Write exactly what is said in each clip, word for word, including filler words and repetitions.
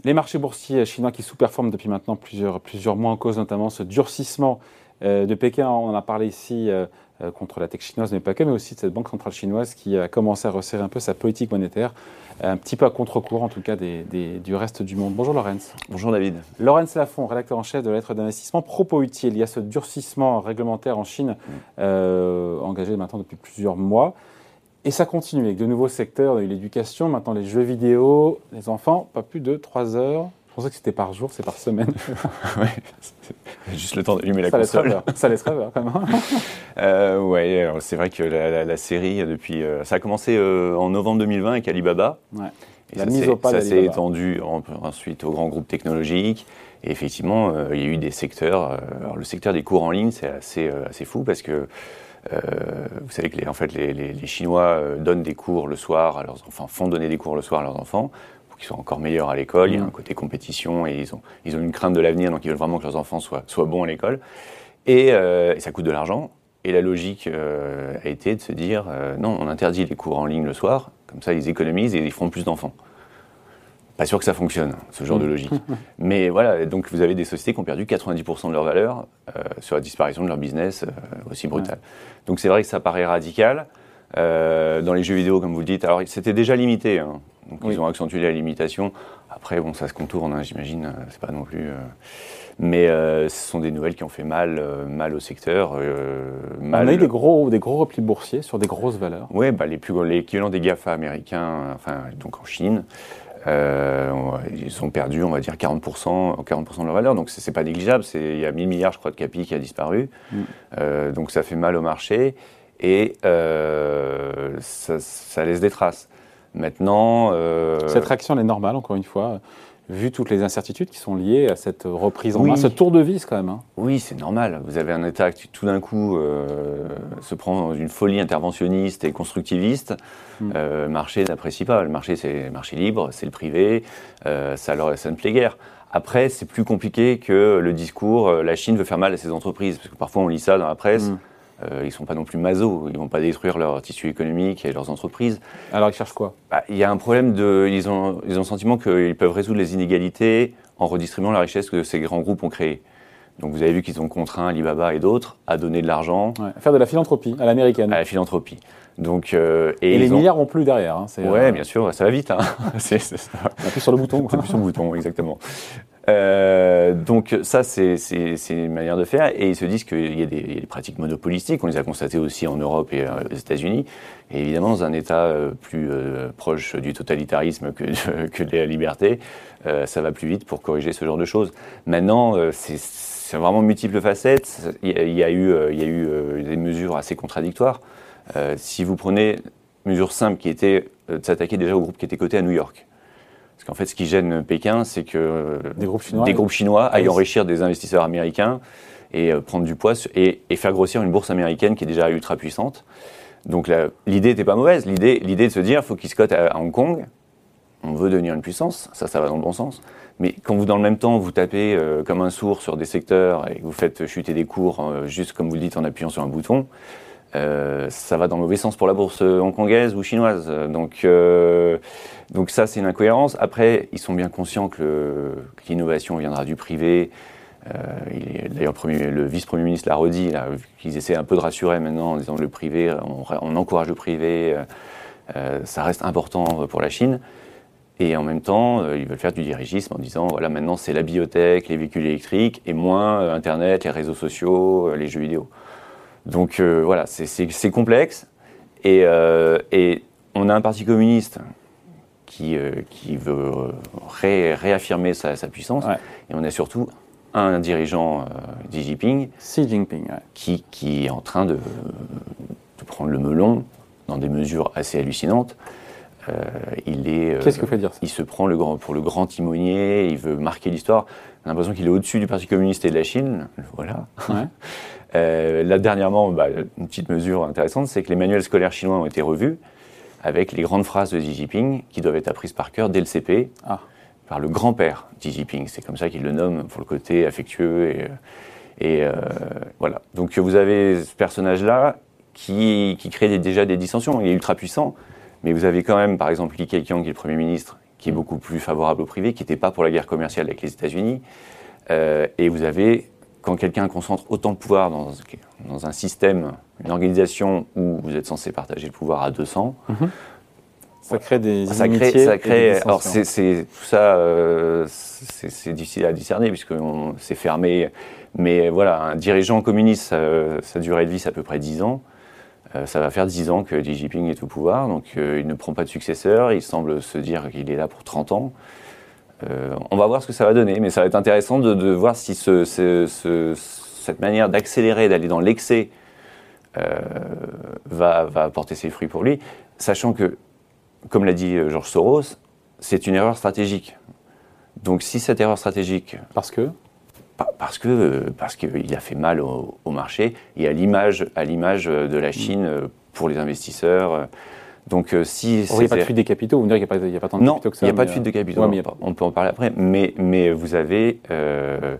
Les marchés boursiers chinois qui sous-performent depuis maintenant plusieurs, plusieurs mois en cause notamment ce durcissement euh, de Pékin. On en a parlé ici euh, euh, contre la tech chinoise, mais pas que, mais aussi de cette banque centrale chinoise qui a commencé à resserrer un peu sa politique monétaire, un petit peu à contre-courant en tout cas des, des, du reste du monde. Bonjour Laurence. Bonjour David. Laurence Lafont, rédacteur en chef de la lettre d'investissement Propoutier. Il y a ce durcissement réglementaire en Chine euh, engagé maintenant depuis plusieurs mois. Et ça continue avec de nouveaux secteurs, l'éducation, maintenant les jeux vidéo, les enfants, pas plus de trois heures. Je pensais que c'était par jour, c'est par semaine. Oui, juste le temps d'allumer la ça console. Laisse ça laisse rêveur quand même. euh, oui, alors c'est vrai que la, la, la série, depuis, euh, ça a commencé euh, en novembre deux mille vingt avec Alibaba. Ouais. Et la ça mise au pas ça d'Alibaba. s'est étendu en, ensuite aux grands groupes technologiques. Et effectivement, euh, il y a eu des secteurs. Euh, alors le secteur des cours en ligne, c'est assez, euh, assez fou parce que Euh, vous savez que les, en fait, les, les, les Chinois euh, donnent des cours le soir à leurs enfants, font donner des cours le soir à leurs enfants pour qu'ils soient encore meilleurs à l'école. Mmh. Il y a un côté compétition et ils ont, ils ont une crainte de l'avenir, donc ils veulent vraiment que leurs enfants soient, soient bons à l'école. Et, euh, et ça coûte de l'argent. Et la logique euh, a été de se dire euh, non, on interdit les cours en ligne le soir, comme ça ils économisent et ils feront plus d'enfants. Pas sûr que ça fonctionne, ce genre mmh. de logique. Mais voilà, donc vous avez des sociétés qui ont perdu quatre-vingt-dix pour cent de leur valeur euh, sur la disparition de leur business euh, aussi brutale. Ouais. Donc c'est vrai que ça paraît radical. Euh, dans les jeux vidéo, comme vous le dites, alors c'était déjà limité. Hein. Donc oui. Ils ont accentué la limitation. Après, bon, ça se contourne, hein, j'imagine. C'est pas non plus. Euh... Mais euh, ce sont des nouvelles qui ont fait mal, euh, mal au secteur. Euh, mal... On a eu des gros, des gros replis boursiers sur des grosses valeurs. Oui, bah, les plus l'équivalent des GAFA américains, enfin donc en Chine. Euh, ils ont perdu, on va dire, quarante pour cent, quarante pour cent de leur valeur, donc c'est, c'est pas négligeable. C'est, il y a mille milliards, je crois, de capi qui a disparu. Mm. Euh, donc ça fait mal au marché et euh, ça, ça laisse des traces. Maintenant... Euh... Cette réaction, elle est normale, encore une fois, vu toutes les incertitudes qui sont liées à cette reprise en oui. main, ce tour de vis quand même. Hein. Oui, c'est normal. Vous avez un État qui tout d'un coup euh, se prend dans une folie interventionniste et constructiviste. Mm. Euh, le marché n'apprécie pas. Le marché, c'est le marché libre, c'est le privé, euh, ça, leur, ça ne plaît guère. Après, c'est plus compliqué que le discours euh, la Chine veut faire mal à ses entreprises. Parce que parfois, on lit ça dans la presse. Mm. Euh, ils ne sont pas non plus masos, ils ne vont pas détruire leur tissu économique et leurs entreprises. Alors ils cherchent quoi ? Bah, il y a un problème de... Ils ont, ils ont le sentiment qu'ils peuvent résoudre les inégalités en redistribuant la richesse que ces grands groupes ont créée. Donc vous avez vu qu'ils ont contraint Alibaba et d'autres à donner de l'argent. Ouais, à faire de la philanthropie, à l'américaine. À la philanthropie. Donc, euh, et et les ont... milliards vont plus derrière. Hein, c'est, ouais, euh... bien sûr, ça va vite. Hein. c'est, c'est ça. On appuie sur le bouton. On appuie sur le bouton, exactement. Euh, donc ça, c'est, c'est, c'est une manière de faire. Et ils se disent qu'il y a des, il y a des pratiques monopolistiques. On les a constatées aussi en Europe et euh, aux États-Unis. Et évidemment, dans un État euh, plus euh, proche du totalitarisme que, que de la liberté, euh, ça va plus vite pour corriger ce genre de choses. Maintenant, euh, c'est, c'est vraiment multiples facettes. Il y a, il y a eu, euh, il y a eu euh, des mesures assez contradictoires. Euh, si vous prenez une mesure simple qui était euh, de s'attaquer déjà au groupe qui était coté à New York. Parce qu'en fait, ce qui gêne Pékin, c'est que euh, des groupes chinois, des groupes chinois aillent enrichir des investisseurs américains et euh, prendre du poids et, et faire grossir une bourse américaine qui est déjà ultra puissante. Donc la, l'idée n'était pas mauvaise. L'idée, l'idée de se dire, il faut qu'ils se cotent à, à Hong Kong. On veut devenir une puissance, ça, ça va dans le bon sens. Mais quand vous, dans le même temps, vous tapez euh, comme un sourd sur des secteurs et que vous faites chuter des cours, euh, juste comme vous le dites, en appuyant sur un bouton, Euh, ça va dans le mauvais sens pour la bourse hongkongaise ou chinoise. Donc, euh, donc ça, c'est une incohérence. Après, ils sont bien conscients que, le, que l'innovation viendra du privé. Euh, il est, d'ailleurs, le, premier, le vice-premier ministre l'a redit, là, qu'ils essaient un peu de rassurer maintenant en disant que le privé, on, on encourage le privé, euh, ça reste important pour la Chine. Et en même temps, euh, ils veulent faire du dirigisme en disant, voilà, maintenant c'est la biotech, les véhicules électriques, et moins euh, Internet, les réseaux sociaux, euh, les jeux vidéo. Donc euh, voilà, c'est, c'est, c'est complexe et, euh, et on a un parti communiste qui, euh, qui veut ré, réaffirmer sa, sa puissance, ouais. Et on a surtout un dirigeant, euh, Xi Jinping, Xi Jinping ouais. qui, qui est en train de, de prendre le melon dans des mesures assez hallucinantes. Euh, il est, Qu'est-ce que fait dire ça ? Il se prend le grand, pour le grand timonier, il veut marquer l'histoire. On a l'impression qu'il est au-dessus du Parti communiste et de la Chine. Voilà. Ouais. Euh, là, dernièrement, bah, une petite mesure intéressante, c'est que les manuels scolaires chinois ont été revus avec les grandes phrases de Xi Jinping qui doivent être apprises par cœur dès le C P ah. par le grand-père Xi Jinping. C'est comme ça qu'il le nomme pour le côté affectueux. Et, et euh, voilà. Donc vous avez ce personnage-là qui, qui crée des, déjà des dissensions. Il est ultra puissant, mais vous avez quand même, par exemple, Li Keqiang, qui est le Premier ministre, qui est beaucoup plus favorable au privé, qui n'était pas pour la guerre commerciale avec les États-Unis. Euh, et vous avez, quand quelqu'un concentre autant de pouvoir dans, dans un système, une organisation où vous êtes censé partager le pouvoir à deux cents, mmh. Ça crée des ça inimitiés. Crée, ça crée, et des alors c'est, c'est, tout ça, euh, c'est, c'est difficile à discerner puisque on, c'est fermé. Mais voilà, un dirigeant communiste, euh, sa durée de vie, c'est à peu près dix ans. Euh, ça va faire dix ans que Xi Jinping est au pouvoir, donc euh, il ne prend pas de successeur. Il semble se dire qu'il est là pour trente ans. Euh, on va voir ce que ça va donner, mais ça va être intéressant de, de voir si ce, ce, ce, cette manière d'accélérer, d'aller dans l'excès, euh, va, va porter ses fruits pour lui, sachant que, comme l'a dit George Soros, c'est une erreur stratégique. Donc si cette erreur stratégique... Parce que Parce que parce qu'il a fait mal au, au marché et à l'image, à l'image de la Chine pour les investisseurs. Donc si... Il n'y a pas de fuite des capitaux, vous me direz qu'il n'y a, a pas tant de non, capitaux que ça. Non, il n'y a pas de fuite de capitaux, ouais, mais a... on peut en parler après, mais, mais vous avez... Euh,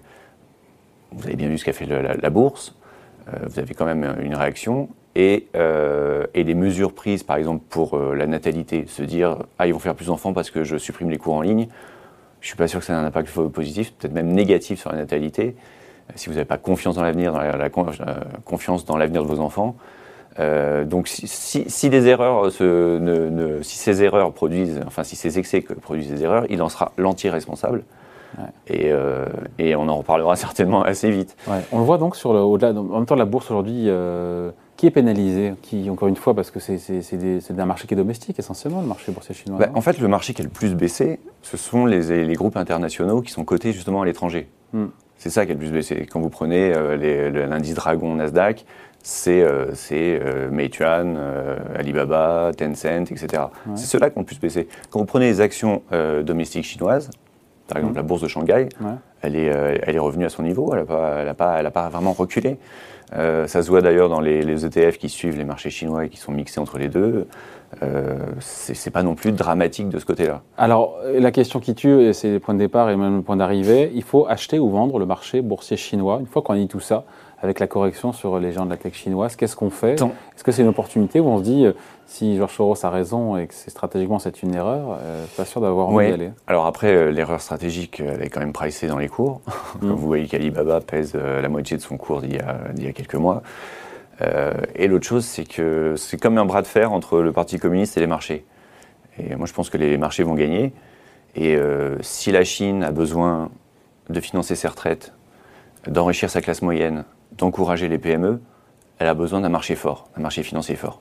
vous avez bien vu ce qu'a fait la, la, la bourse, euh, vous avez quand même une réaction, et, euh, et les mesures prises, par exemple, pour euh, la natalité, se dire « Ah, ils vont faire plus d'enfants parce que je supprime les cours en ligne », je ne suis pas sûr que ça ait un impact positif, peut-être même négatif sur la natalité. Si vous n'avez pas confiance dans l'avenir, dans la, la, la confiance dans l'avenir de vos enfants. Euh, donc, si, si, si les erreurs, se, ne, ne, si ces erreurs produisent, enfin, si ces excès produisent des erreurs, il en sera l'entier responsable. Ouais. Et, euh, et on en reparlera certainement assez vite. Ouais. On le voit donc sur le, au-delà. En même temps, la bourse aujourd'hui. Euh... Qui est pénalisé? Qui, encore une fois, parce que c'est, c'est, c'est, des, c'est un marché qui est domestique, essentiellement, le marché boursier chinois. Bah, en fait, le marché qui a le plus baissé, ce sont les, les groupes internationaux qui sont cotés justement à l'étranger. Mm. C'est ça qui a le plus baissé. Quand vous prenez euh, les, l'indice Dragon Nasdaq, c'est, euh, c'est euh, Meituan, euh, Alibaba, Tencent, et cetera. Ouais. C'est ceux-là qui ont le plus baissé. Quand vous prenez les actions euh, domestiques chinoises, par exemple mm. la bourse de Shanghai, ouais. elle, est, euh, elle est revenue à son niveau, elle n'a pas, elle a pas, elle a pas vraiment reculé. Euh, ça se voit d'ailleurs dans les, les E T F qui suivent les marchés chinois et qui sont mixés entre les deux. Euh, c'est, c'est pas non plus dramatique de ce côté-là. Alors, la question qui tue, et c'est le point de départ et même le point d'arrivée, il faut acheter ou vendre le marché boursier chinois. Une fois qu'on a dit tout ça, avec la correction sur les gens de la tech chinoise, qu'est-ce qu'on fait? Tant. Est-ce que c'est une opportunité où on se dit, si George Soros a raison et que c'est, stratégiquement c'est une erreur, euh, pas sûr d'avoir envie ouais. d'y aller? Alors après, euh, l'erreur stratégique, elle est quand même pricée dans les cours. Mmh. Vous voyez qu'Alibaba pèse euh, la moitié de son cours d'il y a, d'il y a quelques mois. Euh, et l'autre chose, c'est que c'est comme un bras de fer entre le Parti communiste et les marchés. Et moi, je pense que les marchés vont gagner. Et euh, si la Chine a besoin de financer ses retraites, d'enrichir sa classe moyenne, d'encourager les P M E, elle a besoin d'un marché fort, d'un marché financier fort.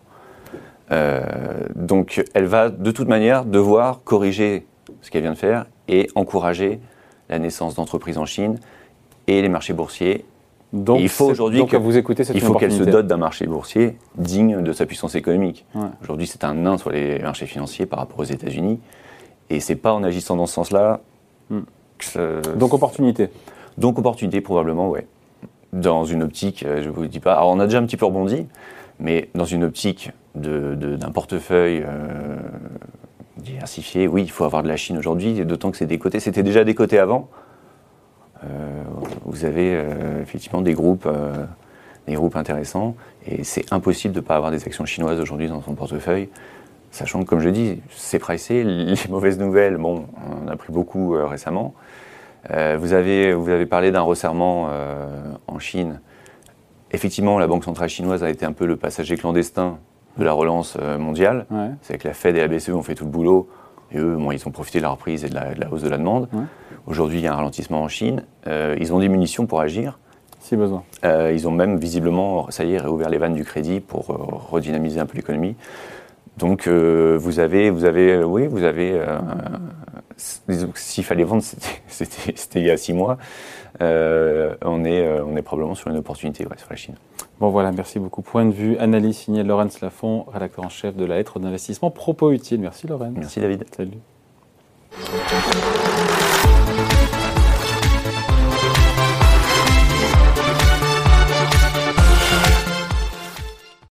Euh, donc, elle va de toute manière devoir corriger ce qu'elle vient de faire et encourager la naissance d'entreprises en Chine et les marchés boursiers. Donc, il faut aujourd'hui donc que, vous écoutez cette il faut qu'elle se dote d'un marché boursier digne de sa puissance économique. Ouais. Aujourd'hui, c'est un nain sur les marchés financiers par rapport aux États-Unis, et c'est pas en agissant dans ce sens-là. Hmm. Que ça... Donc opportunité. Donc opportunité probablement, ouais. Dans une optique, je vous dis pas. Alors on a déjà un petit peu rebondi, mais dans une optique de, de, d'un portefeuille euh, diversifié, oui, il faut avoir de la Chine aujourd'hui, d'autant que c'est décoté. C'était déjà décoté avant. Euh, vous avez euh, effectivement des groupes, euh, des groupes intéressants, et c'est impossible de ne pas avoir des actions chinoises aujourd'hui dans son portefeuille, sachant que, comme je dis, c'est pricé. Les mauvaises nouvelles, bon, on en a pris beaucoup euh, récemment. Euh, vous, avez, vous avez parlé d'un resserrement euh, en Chine. Effectivement, la Banque centrale chinoise a été un peu le passager clandestin de la relance euh, mondiale. Ouais. C'est que la Fed et la B C E ont fait tout le boulot. Et eux, bon, ils ont profité de la reprise et de la, de la hausse de la demande. Ouais. Aujourd'hui, il y a un ralentissement en Chine. Euh, ils ont des munitions pour agir. Si besoin. Euh, ils ont même visiblement, ça y est, réouvert les vannes du crédit pour euh, redynamiser un peu l'économie. Donc, euh, vous avez, vous avez, euh, oui, vous avez. Euh, s'il fallait vendre, c'était, c'était, c'était il y a six mois. Euh, on est, euh, on est probablement sur une opportunité ouais, sur la Chine. Bon voilà, merci beaucoup. Point de vue, analyse signée Laurence Lafont, rédacteur en chef de la lettre d'investissement Propos Utile. Merci Laurence. Merci David. Salut.